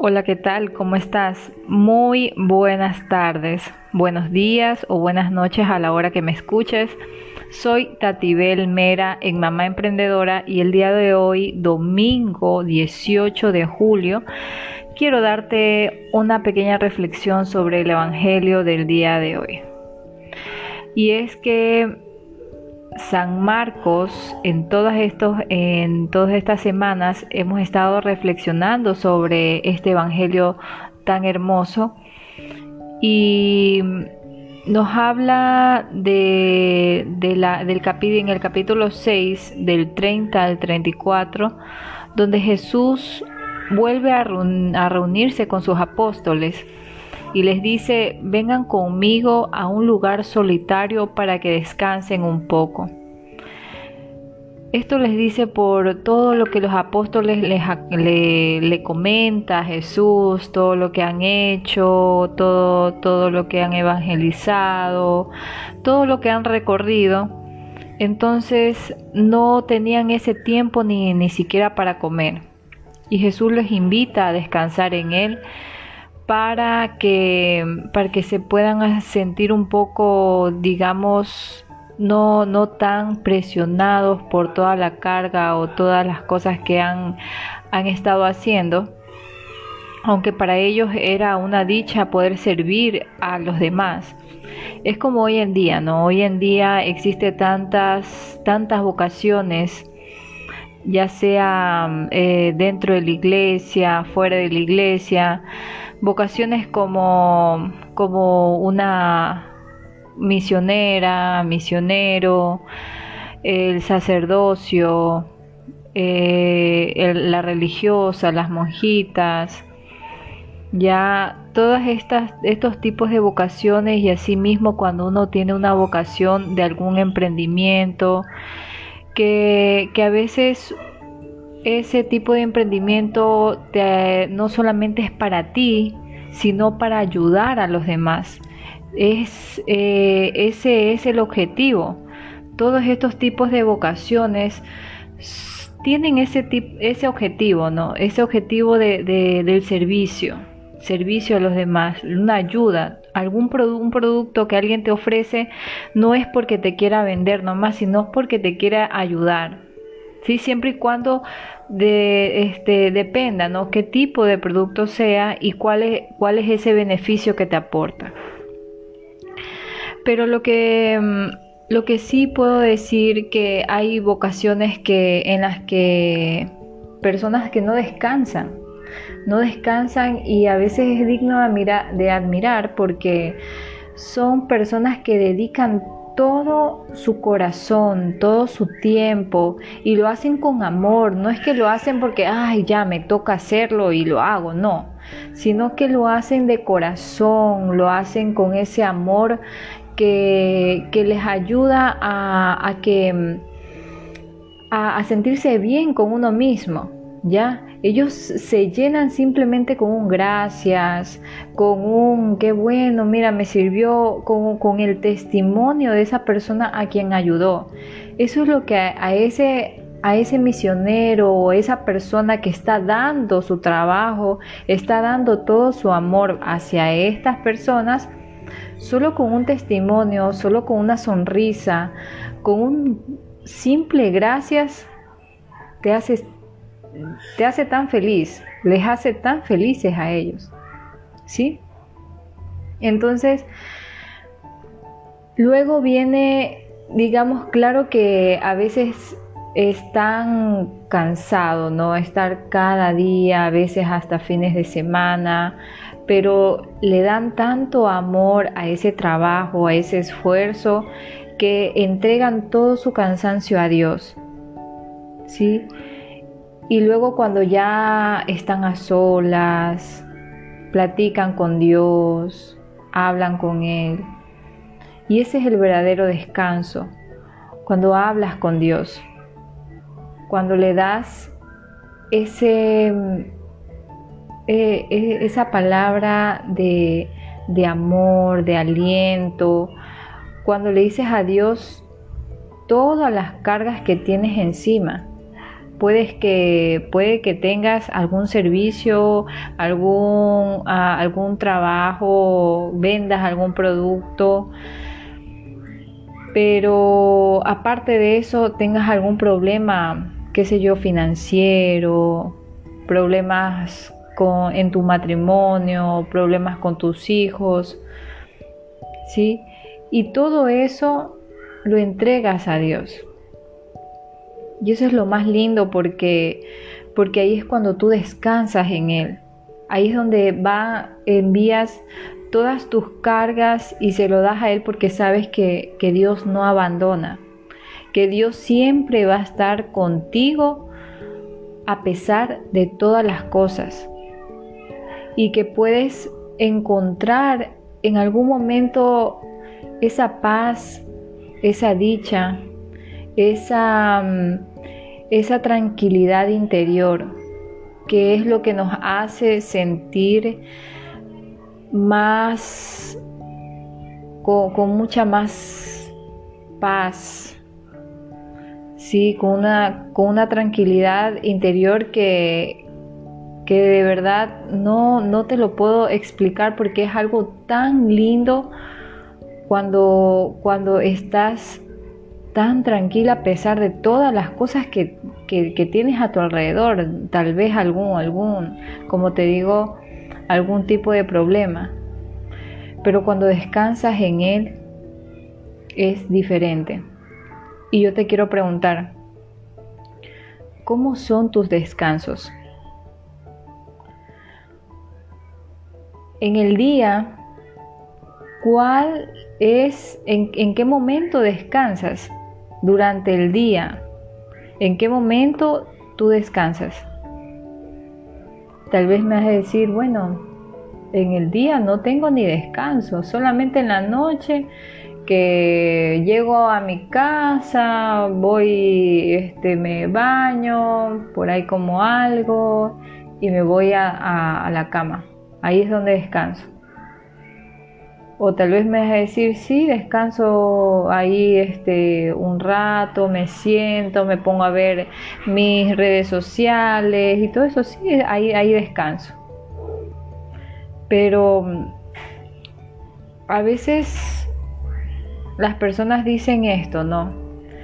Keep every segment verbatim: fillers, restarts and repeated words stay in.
Hola, ¿qué tal? ¿Cómo estás? Muy buenas tardes, buenos días o buenas noches a la hora que me escuches. Soy Tatibel Mera en Mamá Emprendedora y el día de hoy, domingo dieciocho de julio, quiero darte una pequeña reflexión sobre el Evangelio del día de hoy. Y es que San Marcos, en todas, estos, en todas estas semanas hemos estado reflexionando sobre este Evangelio tan hermoso y nos habla de, de la, del capítulo, en el capítulo seis, del treinta al treinta y cuatro, donde Jesús vuelve a, reun, a reunirse con sus apóstoles y les dice: vengan conmigo a un lugar solitario para que descansen un poco. Esto les dice por todo lo que los apóstoles les, le, le comenta a Jesús, todo lo que han hecho, todo, todo lo que han evangelizado, todo lo que han recorrido. Entonces no tenían ese tiempo ni, ni siquiera para comer. Y Jesús les invita a descansar en Él, para que, para que se puedan sentir un poco, digamos, no, no tan presionados por toda la carga o todas las cosas que han, han estado haciendo, aunque para ellos era una dicha poder servir a los demás. Es como hoy en día, ¿no? Hoy en día existe tantas, tantas vocaciones, ya sea eh, dentro de la iglesia, fuera de la iglesia, vocaciones como, como una misionera, misionero, el sacerdocio, eh, el, la religiosa, las monjitas, ya todas estas estos tipos de vocaciones, y asimismo cuando uno tiene una vocación de algún emprendimiento, que, que a veces ese tipo de emprendimiento te, no solamente es para ti, sino para ayudar a los demás. Es, eh, ese es el objetivo. Todos estos tipos de vocaciones tienen ese, tip, ese objetivo, ¿no? Ese objetivo de, de, del servicio, servicio a los demás, una ayuda. Algún produ un producto que alguien te ofrece no es porque te quiera vender nomás, sino porque te quiera ayudar. Sí, siempre y cuando de, este, dependa, ¿no?, qué tipo de producto sea y cuál es, cuál es ese beneficio que te aporta. Pero lo que, lo que sí puedo decir, que hay vocaciones que, en las que personas que no descansan, no descansan y a veces es digno de admirar, de admirar porque son personas que dedican todo su corazón, todo su tiempo, y lo hacen con amor. No es que lo hacen porque, ay, ya me toca hacerlo y lo hago, no, sino que lo hacen de corazón, lo hacen con ese amor que, que les ayuda a, a, que, a, a sentirse bien con uno mismo, ¿ya? Ellos se llenan simplemente con un gracias, con un qué bueno, mira, me sirvió, con, con el testimonio de esa persona a quien ayudó. Eso es lo que a, a ese a ese misionero o esa persona que está dando su trabajo, está dando todo su amor hacia estas personas, solo con un testimonio, solo con una sonrisa, con un simple gracias, te haces te hace tan feliz, les hace tan felices a ellos, ¿sí? Entonces, luego viene, digamos, claro que a veces están cansados, ¿no? Estar cada día, a veces hasta fines de semana, pero le dan tanto amor a ese trabajo, a ese esfuerzo, que entregan todo su cansancio a Dios, ¿sí? Y luego cuando ya están a solas, platican con Dios, hablan con Él. Y ese es el verdadero descanso, cuando hablas con Dios, cuando le das ese, eh, esa palabra de, de amor, de aliento, cuando le dices a Dios todas las cargas que tienes encima. puedes que, puede que tengas algún servicio, algún, ah, algún trabajo, vendas algún producto, pero aparte de eso tengas algún problema, qué sé yo, financiero, problemas con, en tu matrimonio, problemas con tus hijos, ¿sí? Y todo eso lo entregas a Dios. Y eso es lo más lindo porque, porque ahí es cuando tú descansas en Él. Ahí es donde va, envías todas tus cargas y se lo das a Él porque sabes que, que Dios no abandona, que Dios siempre va a estar contigo a pesar de todas las cosas y que puedes encontrar en algún momento esa paz, esa dicha, esa, esa tranquilidad interior que es lo que nos hace sentir más, con, con mucha más paz, sí, con una, con una tranquilidad interior que, que de verdad no, no te lo puedo explicar porque es algo tan lindo cuando, cuando estás tan tranquila a pesar de todas las cosas que, que, que tienes a tu alrededor, tal vez algún, algún, como te digo, algún tipo de problema, pero cuando descansas en Él es diferente. Y yo te quiero preguntar, ¿cómo son tus descansos? En el día, ¿cuál es, en, en qué momento descansas durante el día? ¿En qué momento tú descansas? Tal vez me vas a decir, bueno, en el día no tengo ni descanso, solamente en la noche que llego a mi casa, voy, este, me baño, por ahí como algo y me voy a, a, a la cama. Ahí es donde descanso. O tal vez me vas a decir, sí, descanso ahí este, un rato, me siento, me pongo a ver mis redes sociales y todo eso, sí, ahí, ahí descanso. Pero a veces las personas dicen esto, ¿no?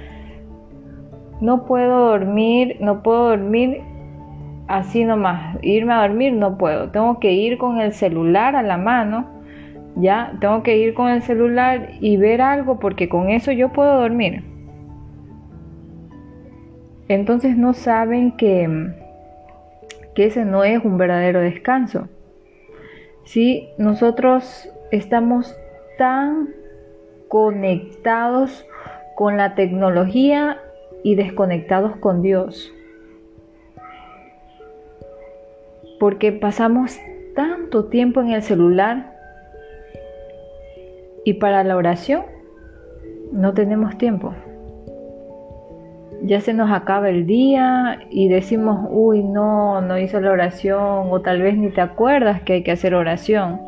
No puedo dormir, no puedo dormir así nomás, irme a dormir no puedo, tengo que ir con el celular a la mano. Ya, tengo que ir con el celular y ver algo porque con eso yo puedo dormir. Entonces no saben que, que ese no es un verdadero descanso. Sí, nosotros estamos tan conectados con la tecnología y desconectados con Dios. Porque pasamos tanto tiempo en el celular y para la oración no tenemos tiempo. Ya se nos acaba el día y decimos, uy, no, no hice la oración, o tal vez ni te acuerdas que hay que hacer oración.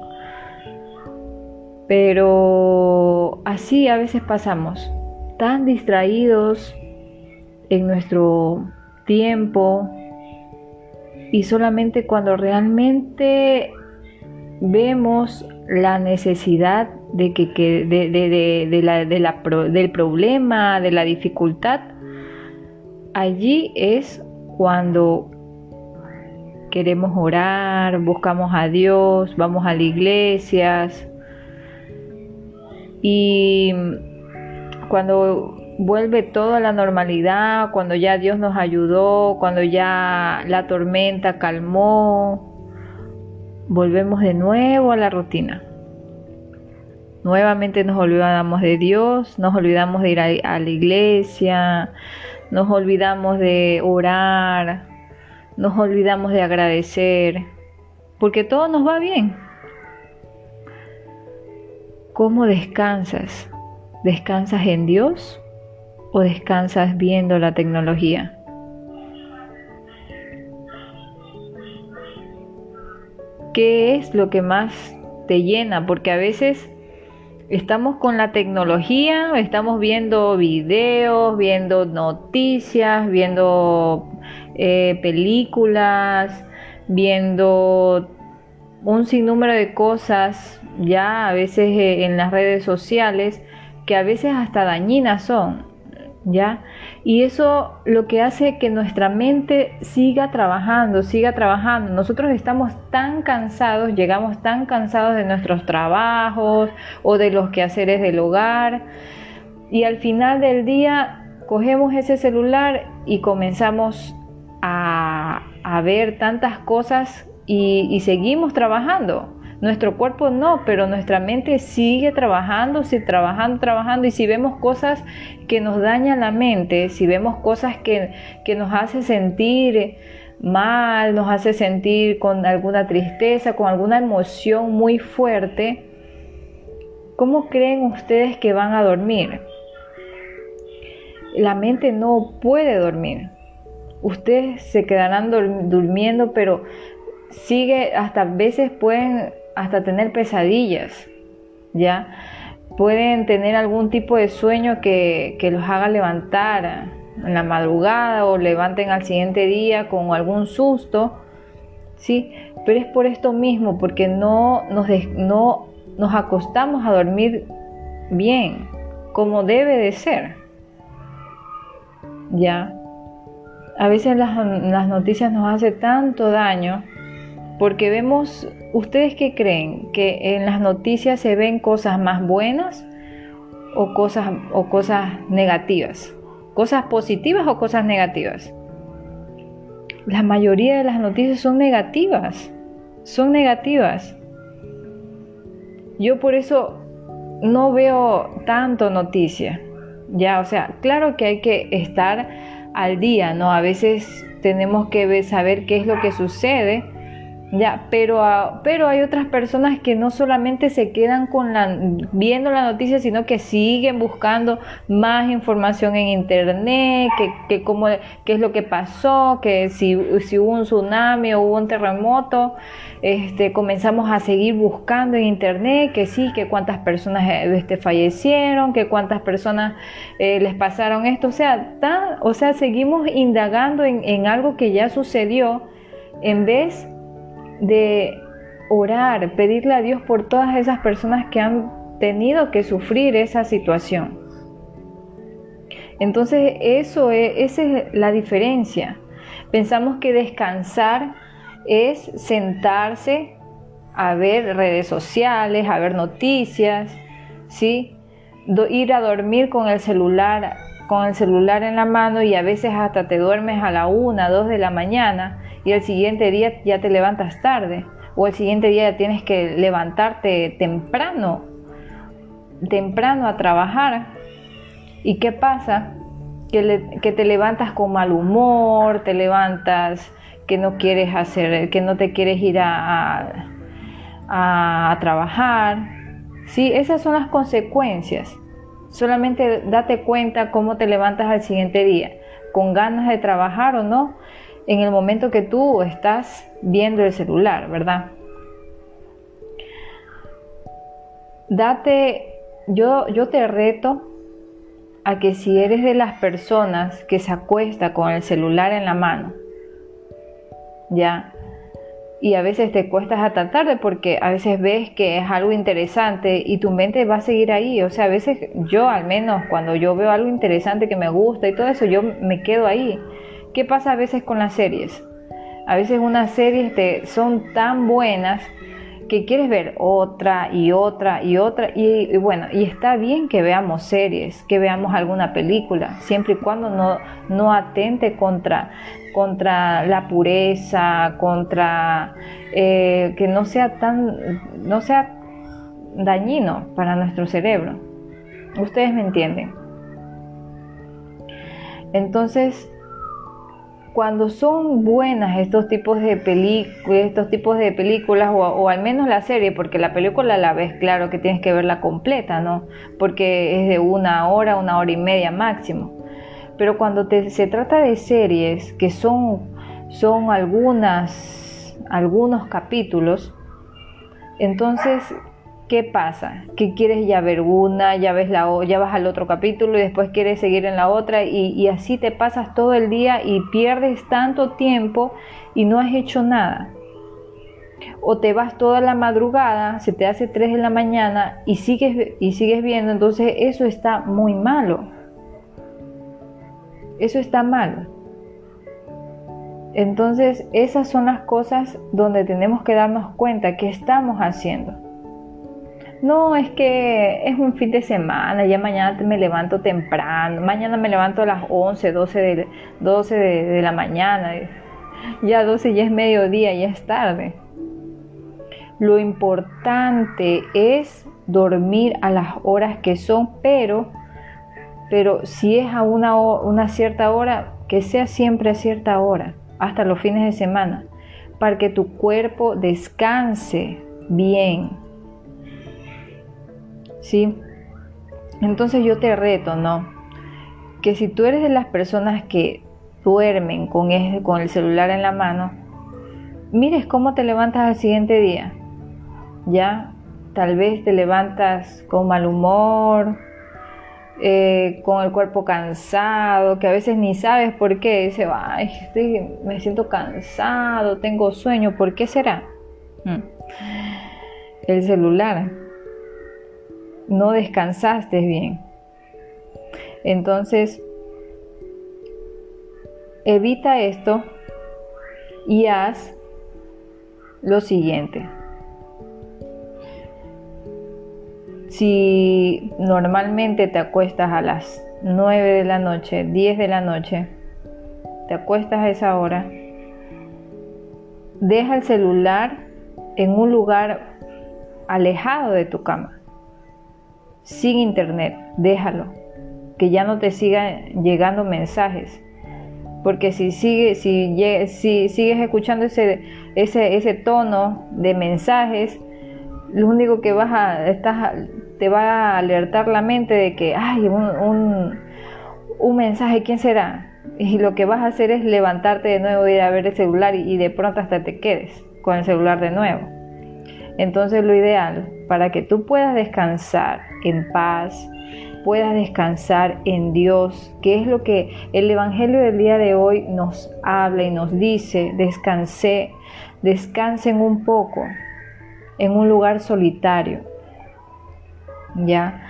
Pero así a veces pasamos, tan distraídos en nuestro tiempo, y solamente cuando realmente vemos la necesidad de que, que de, de, de, de la, de la, del problema, de la dificultad, allí es cuando queremos orar, buscamos a Dios, vamos a las iglesias, y cuando vuelve todo a la normalidad, cuando ya Dios nos ayudó, cuando ya la tormenta calmó, volvemos de nuevo a la rutina. Nuevamente nos olvidamos de Dios, nos olvidamos de ir a, a la iglesia, nos olvidamos de orar, nos olvidamos de agradecer, porque todo nos va bien. ¿Cómo descansas? ¿Descansas en Dios o descansas viendo la tecnología? ¿Qué es lo que más te llena? Porque a veces Estamos con la tecnología, estamos viendo videos, viendo noticias, viendo eh, películas, viendo un sinnúmero de cosas ya a veces eh, en las redes sociales que a veces hasta dañinas son, ¿ya? Y eso lo que hace que nuestra mente siga trabajando, siga trabajando. Nosotros estamos tan cansados, llegamos tan cansados de nuestros trabajos o de los quehaceres del hogar, y al final del día cogemos ese celular y comenzamos a, a ver tantas cosas y, y seguimos trabajando. Nuestro cuerpo no, pero nuestra mente sigue trabajando, sigue trabajando, trabajando. Y si vemos cosas que nos dañan la mente, si vemos cosas que, que nos hace sentir mal, nos hace sentir con alguna tristeza, con alguna emoción muy fuerte, ¿cómo creen ustedes que van a dormir? La mente no puede dormir. Ustedes se quedarán durmiendo, pero sigue, hasta veces pueden hasta tener pesadillas, ¿ya? Pueden tener algún tipo de sueño que, que los haga levantar en la madrugada o levanten al siguiente día con algún susto, ¿sí? Pero es por esto mismo, porque no nos, de, no nos acostamos a dormir bien, como debe de ser, ¿ya? A veces las, las noticias nos hacen tanto daño porque vemos. ¿Ustedes qué creen? ¿Que en las noticias se ven cosas más buenas o cosas, o cosas negativas? ¿Cosas positivas o cosas negativas? La mayoría de las noticias son negativas, son negativas. Yo por eso no veo tanto noticia, ya, o sea, claro que hay que estar al día, ¿no? A veces tenemos que ver, saber qué es lo que sucede. Ya, pero, uh, pero hay otras personas que no solamente se quedan con la, viendo la noticia, sino que siguen buscando más información en internet, que, que cómo, qué es lo que pasó, que si, si hubo un tsunami o hubo un terremoto, este, comenzamos a seguir buscando en internet, que sí, que cuántas personas este, fallecieron, que cuántas personas eh, les pasaron esto, o sea, tan, o sea, seguimos indagando en, en algo que ya sucedió, en vez de orar, pedirle a Dios por todas esas personas que han tenido que sufrir esa situación. Entonces eso es, esa es la diferencia. Pensamos que descansar es sentarse a ver redes sociales, a ver noticias, ¿sí? Do, ir a dormir con el celular, con el celular en la mano, y a veces hasta te duermes a la una, dos de la mañana, y el siguiente día ya te levantas tarde, o el siguiente día ya tienes que levantarte temprano, temprano a trabajar. ¿Y qué pasa? Que, le, que te levantas con mal humor, te levantas que no quieres hacer, que no te quieres ir a, a, a trabajar, ¿sí? Esas son las consecuencias. Solamente date cuenta cómo te levantas al siguiente día, con ganas de trabajar o no, en el momento que tú estás viendo el celular, ¿verdad? Date, yo, yo te reto a que si eres de las personas que se acuesta con el celular en la mano, ya, y a veces te cuestas hasta tarde porque a veces ves que es algo interesante y tu mente va a seguir ahí. O sea, a veces yo, al menos cuando yo veo algo interesante que me gusta y todo eso, yo me quedo ahí. ¿Qué pasa a veces con las series? A veces unas series te, son tan buenas que quieres ver otra y otra y otra, y, y bueno, y está bien que veamos series, que veamos alguna película, siempre y cuando no, no atente contra, contra la pureza, contra eh, que no sea tan, no sea dañino para nuestro cerebro. Ustedes me entienden. Entonces, cuando son buenas estos tipos de películas, estos tipos de películas o, o al menos la serie, porque la película la ves, claro que tienes que verla completa, ¿no? Porque es de una hora, una hora y media máximo. Pero cuando te, se trata de series que son, son algunas, algunos capítulos, entonces ¿qué pasa? Que quieres ya ver una, ya ves la o- ya vas al otro capítulo y después quieres seguir en la otra y, y así te pasas todo el día y pierdes tanto tiempo y no has hecho nada. O te vas toda la madrugada, se te hace tres de la mañana y sigues, y sigues viendo, entonces eso está muy malo. Eso está mal. Entonces esas son las cosas donde tenemos que darnos cuenta que estamos haciendo. No, es que es un fin de semana, ya mañana me levanto temprano, mañana me levanto a las once, doce de, doce de, de la mañana, ya doce ya es mediodía, ya es tarde. Lo importante es dormir a las horas que son, pero, pero si es a una, una cierta hora, que sea siempre a cierta hora, hasta los fines de semana, para que tu cuerpo descanse bien. ¿Sí? Entonces yo te reto, ¿no? Que si tú eres de las personas que duermen con, el, con el celular en la mano, mires cómo te levantas al siguiente día. Ya, tal vez te levantas con mal humor, eh, con el cuerpo cansado, que a veces ni sabes por qué. Dice, ay, estoy, me siento cansado, tengo sueño. ¿Por qué será? Hmm. El celular. No descansaste bien. Entonces, evita esto y haz lo siguiente. Si normalmente te acuestas a las nueve de la noche, diez de la noche, te acuestas a esa hora, deja el celular en un lugar alejado de tu cama, sin internet, déjalo, que ya no te sigan llegando mensajes, porque si, sigue, si, si sigues escuchando ese, ese, ese tono de mensajes, lo único que vas a, estás, te va a alertar la mente de que hay un, un, un mensaje, ¿quién será? Y lo que vas a hacer es levantarte de nuevo, ir a ver el celular y, y de pronto hasta te quedes con el celular de nuevo. Entonces lo ideal para que tú puedas descansar en paz, puedas descansar en Dios, que es lo que el Evangelio del día de hoy nos habla y nos dice, descansé, descansen un poco en un lugar solitario, ya,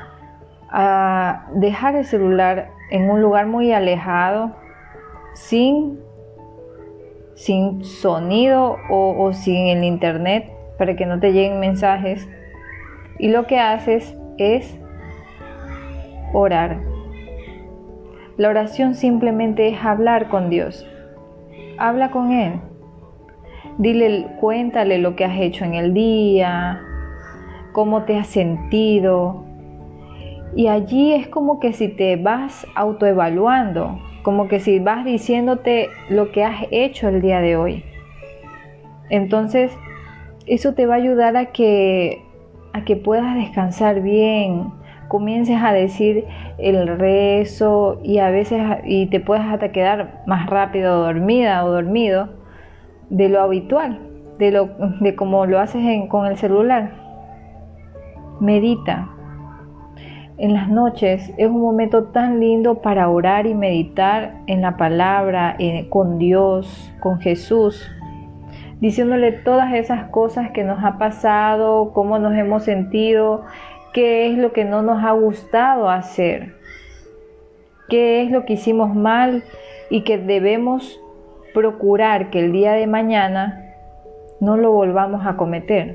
a dejar el celular en un lugar muy alejado, sin, sin sonido o, o sin el internet, para que no te lleguen mensajes, y lo que haces es orar. La oración simplemente es hablar con Dios. Habla con Él. Dile, cuéntale lo que has hecho en el día, cómo te has sentido. Y allí es como que si te vas autoevaluando, como que si vas diciéndote lo que has hecho el día de hoy. Entonces, eso te va a ayudar a que, a que puedas descansar bien, comiences a decir el rezo y a veces y te puedes hasta quedar más rápido dormida o dormido de lo habitual, de, lo, de como lo haces en, con el celular. Medita. En las noches es un momento tan lindo para orar y meditar en la palabra, eh, con Dios, con Jesús, diciéndole todas esas cosas que nos ha pasado, cómo nos hemos sentido, qué es lo que no nos ha gustado hacer, qué es lo que hicimos mal y que debemos procurar que el día de mañana no lo volvamos a cometer.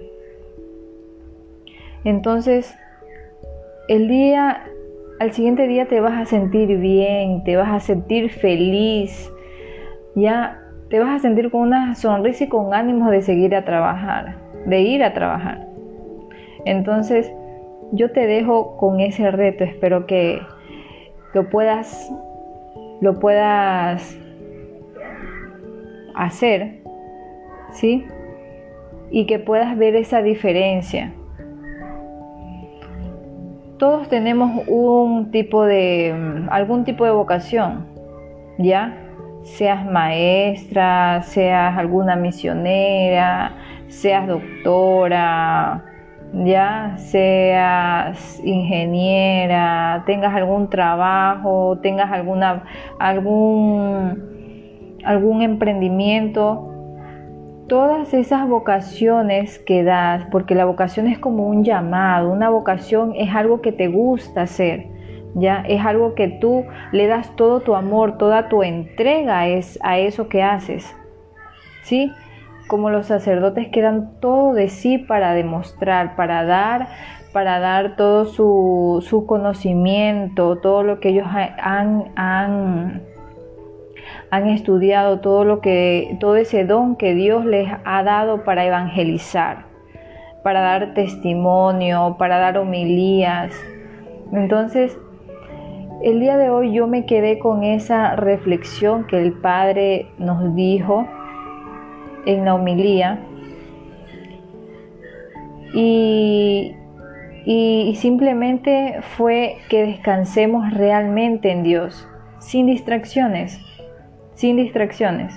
Entonces, el día, al siguiente día te vas a sentir bien, te vas a sentir feliz, ya te vas a sentir con una sonrisa y con ánimos de seguir a trabajar, de ir a trabajar. Entonces, yo te dejo con ese reto, espero que lo puedas, lo puedas hacer, ¿sí? Y que puedas ver esa diferencia. Todos tenemos un tipo de, algún tipo de vocación, ¿ya? Seas maestra, seas alguna misionera, seas doctora, ya seas ingeniera, tengas algún trabajo, tengas alguna algún algún emprendimiento, todas esas vocaciones que das, porque la vocación es como un llamado, una vocación es algo que te gusta hacer, ya es algo que tú le das todo tu amor, toda tu entrega es a eso que haces, ¿sí? Como los sacerdotes que dan todo de sí para demostrar, para dar, para dar todo su, su conocimiento, todo lo que ellos han, han, han estudiado, todo lo que, todo ese don que Dios les ha dado para evangelizar, para dar testimonio, para dar homilías. Entonces, el día de hoy yo me quedé con esa reflexión que el Padre nos dijo en la homilía y, y simplemente fue que descansemos realmente en Dios, sin distracciones, sin distracciones.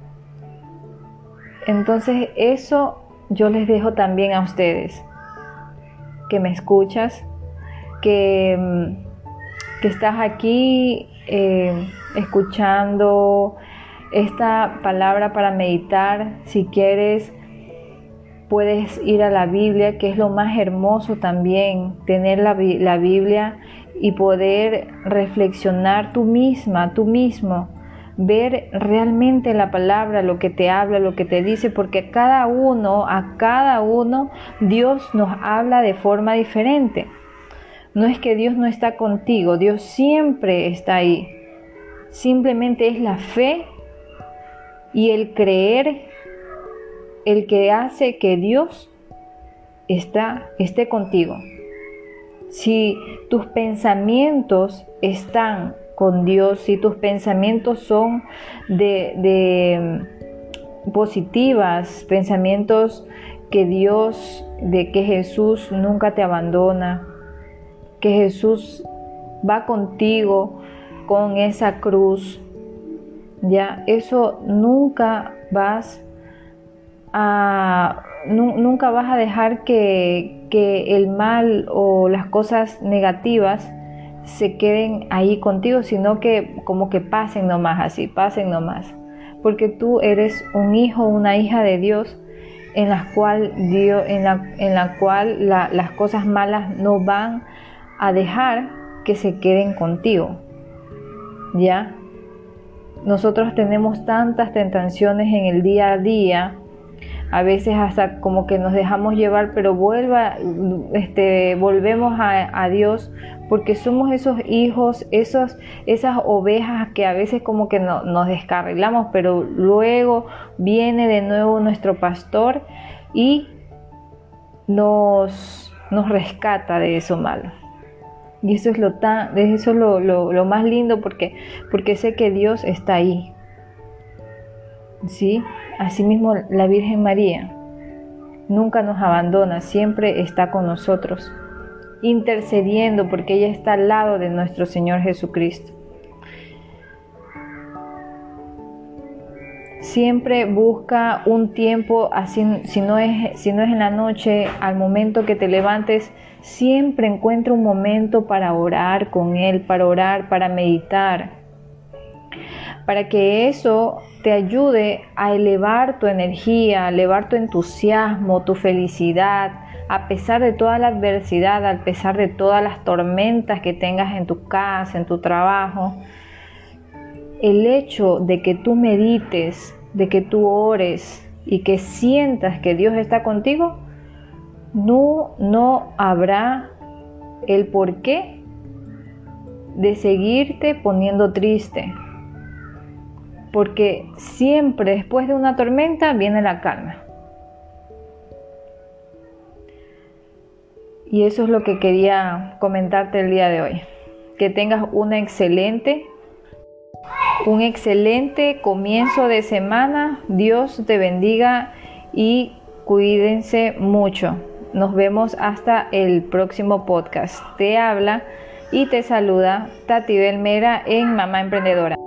Entonces eso yo les dejo también a ustedes, que me escuchas, que, que estás aquí eh, escuchando esta palabra para meditar. Si quieres, puedes ir a la Biblia, que es lo más hermoso también, tener la, la Biblia y poder reflexionar tú misma, tú mismo, ver realmente la palabra, lo que te habla, lo que te dice, porque a cada uno, a cada uno, Dios nos habla de forma diferente. No es que Dios no está contigo, Dios siempre está ahí. Simplemente es la fe y el creer el que hace que Dios está, esté contigo. Si tus pensamientos están con Dios, si tus pensamientos son de, de positivas, pensamientos que Dios, de que Jesús nunca te abandona, que Jesús va contigo con esa cruz, ya, eso nunca vas a nu, nunca vas a dejar que, que el mal o las cosas negativas se queden ahí contigo, sino que como que pasen nomás así, pasen nomás, porque tú eres un hijo, una hija de Dios, en la cual Dios, en la, en la cual la, las cosas malas no van a dejar que se queden contigo, ¿ya? Nosotros tenemos tantas tentaciones en el día a día, a veces hasta como que nos dejamos llevar, pero vuelva, este, volvemos a, a Dios, porque somos esos hijos, esos, esas ovejas que a veces como que no, nos descarrilamos, pero luego viene de nuevo nuestro pastor y nos, nos rescata de eso malo. Y eso es lo tan, eso es lo, lo, lo más lindo, porque, porque sé que Dios está ahí. ¿Sí? Asimismo, la Virgen María nunca nos abandona, siempre está con nosotros, intercediendo, porque ella está al lado de nuestro Señor Jesucristo. Siempre busca un tiempo, así, si no es, si no es en la noche, al momento que te levantes, siempre encuentra un momento para orar con Él, para orar, para meditar, para que eso te ayude a elevar tu energía, a elevar tu entusiasmo, tu felicidad, a pesar de toda la adversidad, a pesar de todas las tormentas que tengas en tu casa, en tu trabajo. El hecho de que tú medites, de que tú ores y que sientas que Dios está contigo, no, no habrá el porqué de seguirte poniendo triste, porque siempre después de una tormenta viene la calma. Y eso es lo que quería comentarte el día de hoy. Que tengas una excelente, un excelente comienzo de semana. Dios te bendiga y cuídense mucho. Nos vemos hasta el próximo podcast. Te habla y te saluda Tati Belmera en Mamá Emprendedora.